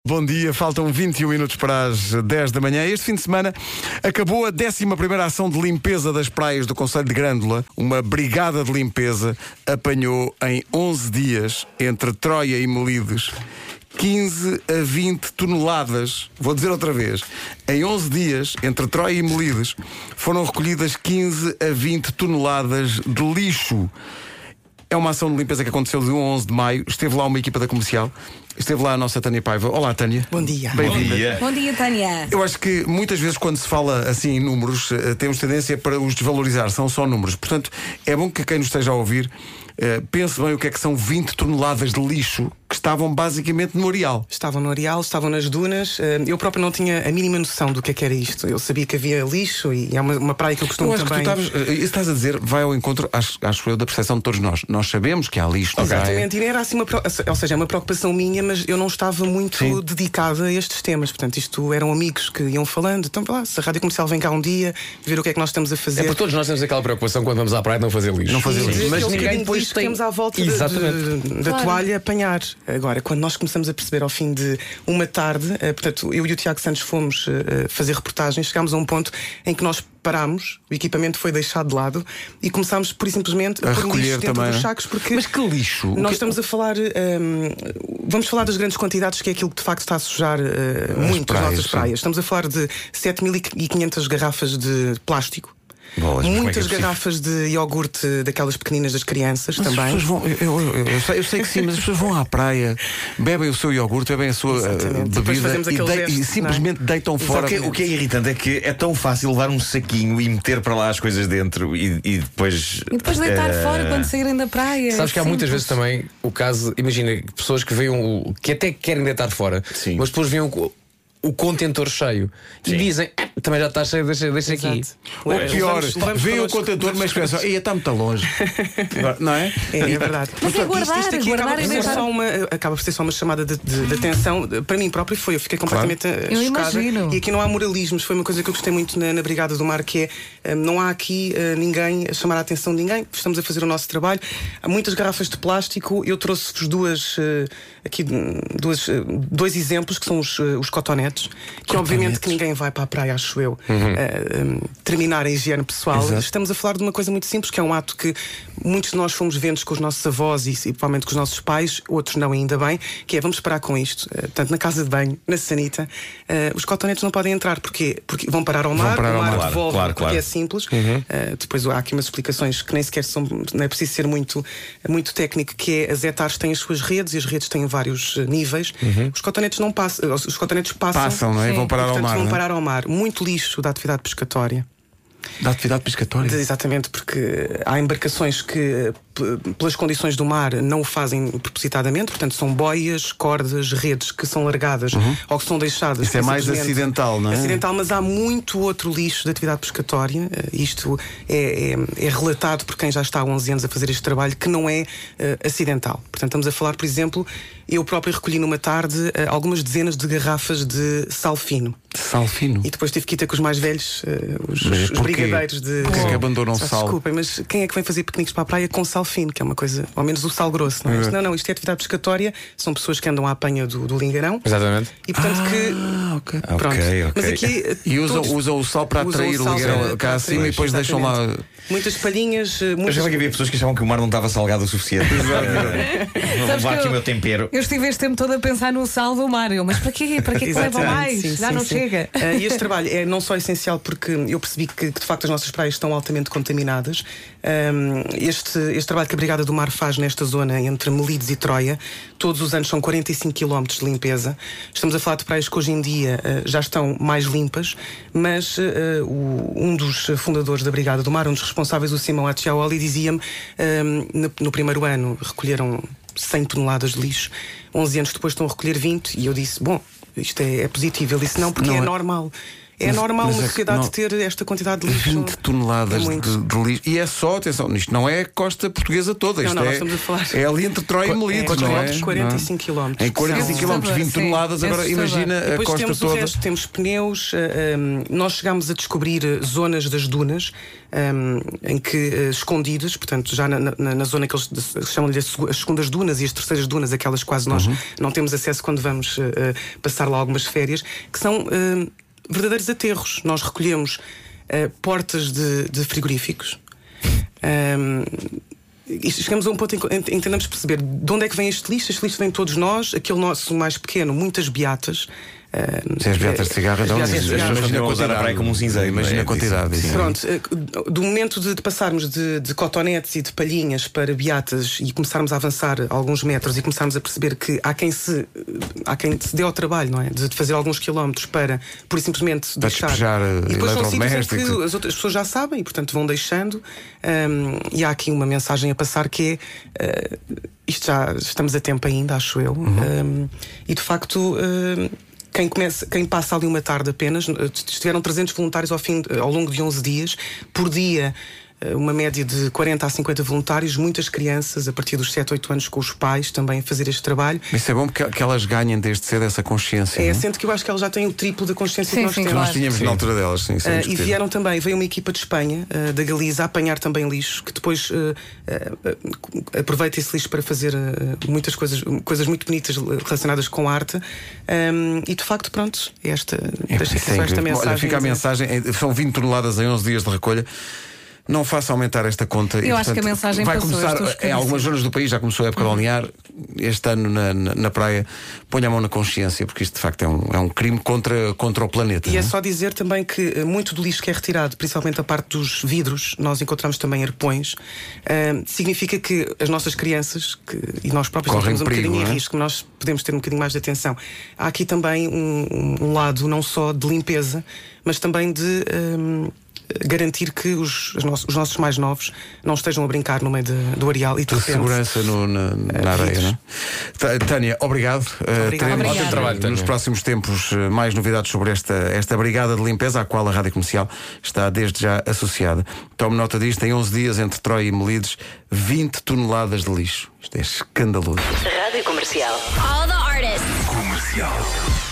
Bom dia, faltam 21 minutos para as 10 da manhã. Este fim de semana acabou a 11ª ação de limpeza das praias do concelho de Grândola. Uma brigada de limpeza apanhou em 11 dias, entre Troia e Melides, 15 a 20 toneladas, vou dizer outra vez, em 11 dias, entre Troia e Melides, foram recolhidas 15 a 20 toneladas de lixo. É uma ação de limpeza que aconteceu de 1 a 11 de maio. Esteve lá uma equipa da comercial. Esteve lá a nossa Tânia Paiva. Olá, Tânia. Bom dia. Bem-vinda. Bom dia, Tânia. Eu acho que muitas vezes quando se fala assim em números, temos tendência para os desvalorizar. São só números. Portanto, é bom que quem nos esteja a ouvir pense bem o que é que são 20 toneladas de lixo que estavam basicamente no areal. Estavam no areal, estavam nas dunas. Eu próprio não tinha a mínima noção do que era isto. Eu sabia que havia lixo e é uma praia que eu costumo também. Isso estás a dizer, vai ao encontro, acho eu, da percepção de todos nós. Nós sabemos que há lixo na praia. Exatamente, e era assim ou seja, é uma preocupação minha, mas eu não estava muito dedicada a estes temas. Portanto, isto eram amigos que iam falando. Então, vá lá, se a Rádio Comercial vem cá um dia, ver o que é que nós estamos a fazer. É porque todos nós temos aquela preocupação quando vamos à praia de não fazer lixo. Não fazer lixo. Mas Mas ninguém depois tem. temos à volta da toalha apanhar. Agora, quando nós começamos a perceber ao fim de uma tarde, portanto, eu e o Tiago Santos fomos fazer reportagens, chegámos a um ponto em que nós parámos, o equipamento foi deixado de lado e começámos por simplesmente a pôr lixo dentro dos sacos, porque mas que lixo? Nós estamos a falar, vamos falar das grandes quantidades, que é aquilo que de facto está a sujar muito as nossas praias. Estamos a falar de 7.500 garrafas de plástico. Boas, muitas garrafas de iogurte daquelas pequeninas das crianças mas também. As pessoas vão, eu sei que sim, mas as pessoas vão à praia, bebem o seu iogurte, bebem a sua bebida e simplesmente deitam fora. O que é irritante é que é tão fácil levar um saquinho e meter para lá as coisas dentro e depois. E depois deitar fora quando saírem da praia. Sabes que há muitas vezes também o caso, imagina, pessoas que veem que até querem deitar fora, sim, mas depois veem o contentor cheio e dizem, também já está cheio, deixa aqui. Ou pior, vem o contentor, mas pensam, está muito longe. Não é? É verdade. Mas é guardar, isto aqui acaba por ser só uma chamada de atenção. Para mim próprio eu fiquei completamente chocada. E aqui não há moralismos. Foi uma coisa que eu gostei muito na Brigada do Mar, que é, não há aqui ninguém a chamar a atenção de ninguém. Estamos a fazer o nosso trabalho. Há muitas garrafas de plástico. Eu trouxe-vos dois exemplos, que são os cotonetes, que obviamente que ninguém vai para a praia, acho eu, terminar a higiene pessoal. Exato. Estamos a falar de uma coisa muito simples, que é um ato que muitos de nós fomos vendo com os nossos avós e provavelmente com os nossos pais, outros não, ainda bem, que é, vamos parar com isto. Portanto, na casa de banho, na sanita, os cotonetes não podem entrar. Porque vão parar ao mar, o mar devolve, porque é simples. Depois há aqui umas explicações que nem sequer são, não é preciso ser muito técnico, que é, as hectares têm as suas redes e as redes têm vários níveis. Os cotonetes não passam, os cotonetes passam, não é? Vão parar ao mar. Vão parar ao mar. Muito lixo da atividade pescatória. Da atividade pescatória? Exatamente, porque há embarcações que, pelas condições do mar, não o fazem propositadamente. Portanto, são boias, cordas, redes que são largadas ou que são deixadas. Isso é mais acidental, não é? Acidental, mas há muito outro lixo da atividade pescatória. Isto é relatado por quem já está há 11 anos a fazer este trabalho, que não é acidental. Portanto, estamos a falar, por exemplo, eu próprio recolhi numa tarde algumas dezenas de garrafas de sal fino. Sal fino? E depois tive que ir ter com os mais velhos, os brigadeiros de. Porque é que abandonam sal? Desculpem, mas quem é que vem fazer piqueniques para a praia com sal fino, que é uma coisa, ao menos o sal grosso, não é? Não, isto é atividade pescatória, são pessoas que andam à apanha do lingarão. Exatamente. E portanto Pronto. Ok. Mas aqui, e usam o sal para atrair o lingarão cá acima e depois deixam lá. Muitas palhinhas. Eu achava que havia pessoas que achavam que o mar não estava salgado o suficiente. Vou levar aqui o meu tempero. Eu estive este tempo todo a pensar no sal do mar. Para quê? Para que leva mais? Já não chega. E este trabalho é não só essencial porque eu percebi que de facto as nossas praias estão altamente contaminadas. Este trabalho que a Brigada do Mar faz nesta zona entre Melides e Troia, todos os anos são 45 km de limpeza. Estamos a falar de praias que hoje em dia já estão mais limpas, mas um dos fundadores da Brigada do Mar, um dos responsáveis, o Simão Acciaoli, dizia-me no primeiro ano recolheram 100 toneladas de lixo, 11 anos depois estão a recolher 20, e eu disse, bom, isto é positivo. Ele disse, não, porque é normal. É normal mas uma é que sociedade não- ter esta quantidade de lixo. 20 toneladas É muito. de lixo. E é só, atenção, isto não é a costa portuguesa toda. Isto Não, nós é, estamos a falar. é ali entre Troia e Melides, não é? 45 km. Em 45 km, 20 Sim. toneladas. Agora Assustador. imagina a Depois costa temos o toda. resto, temos pneus. Nós chegámos a descobrir zonas das dunas em que escondidas, portanto, já na zona que eles chamam-lhe as segundas dunas e as terceiras dunas, aquelas quase nós não temos acesso quando vamos passar lá algumas férias, que são verdadeiros aterros. Nós recolhemos portas de frigoríficos. E chegamos a um ponto em que tentamos perceber de onde é que vem este lixo. Este lixo vem de todos nós, aquele nosso mais pequeno, muitas beatas. Se as beatas de cigarro, então as beatas de cigarro. Imagina a usar a praia como um cinzeiro. Imagina a quantidade. Sim. Pronto, do momento de passarmos de cotonetes e de palhinhas para beatas e começarmos a avançar alguns metros e começarmos a perceber que há quem se dê ao trabalho, não é? De fazer alguns quilómetros para, por simplesmente, Para deixar. despejar E depois são sítios em eletrodomésticos. que as outras pessoas já sabem e, portanto, vão deixando. E há aqui uma mensagem a passar que é: isto já estamos a tempo ainda, acho eu. E de facto. Quem passa ali uma tarde apenas, estiveram 300 voluntários ao longo de 11 dias, por dia, uma média de 40 a 50 voluntários, muitas crianças a partir dos 7, 8 anos com os pais também a fazer este trabalho. Isso é bom porque que elas ganhem desde cedo essa consciência. não? Sendo que eu acho que elas já têm o triplo da consciência Sim, que nós sim, temos. Que nós claro. tínhamos na altura delas, sim, sem E discutir. vieram também, veio uma equipa de Espanha, da Galiza, a apanhar também lixo, que depois aproveita esse lixo para fazer muitas coisas muito bonitas relacionadas com arte. E de facto, pronto, deixa Isso é só esta incrível. mensagem. Olha, fica a mensagem, são 20 toneladas em 11 dias de recolha. Não faça aumentar esta conta. Eu acho que a mensagem vai passou, começar estou em esclarecida. algumas zonas do país, já começou a época balnear. Este ano na praia, ponha a mão na consciência, porque isto de facto é um crime contra o planeta. E não é é? só dizer também que muito do lixo que é retirado, principalmente a parte dos vidros, nós encontramos também arpões. Significa que as nossas crianças, e nós próprios Correm temos um perigo, bocadinho não é? em risco, nós podemos ter um bocadinho mais de atenção. Há aqui também um lado não só de limpeza, mas também de garantir que os nossos mais novos não estejam a brincar no meio do areal e de repente, Segurança na areia, não é? Tânia, obrigado. Teremos Obrigada. Ótimo trabalho, Tânia. nos próximos tempos mais novidades sobre esta brigada de limpeza à qual a Rádio Comercial está desde já associada. Tome nota disto: em 11 dias entre Troia e Melides, 20 toneladas de lixo. Isto é escandaloso. Rádio Comercial. All the artists. Comercial.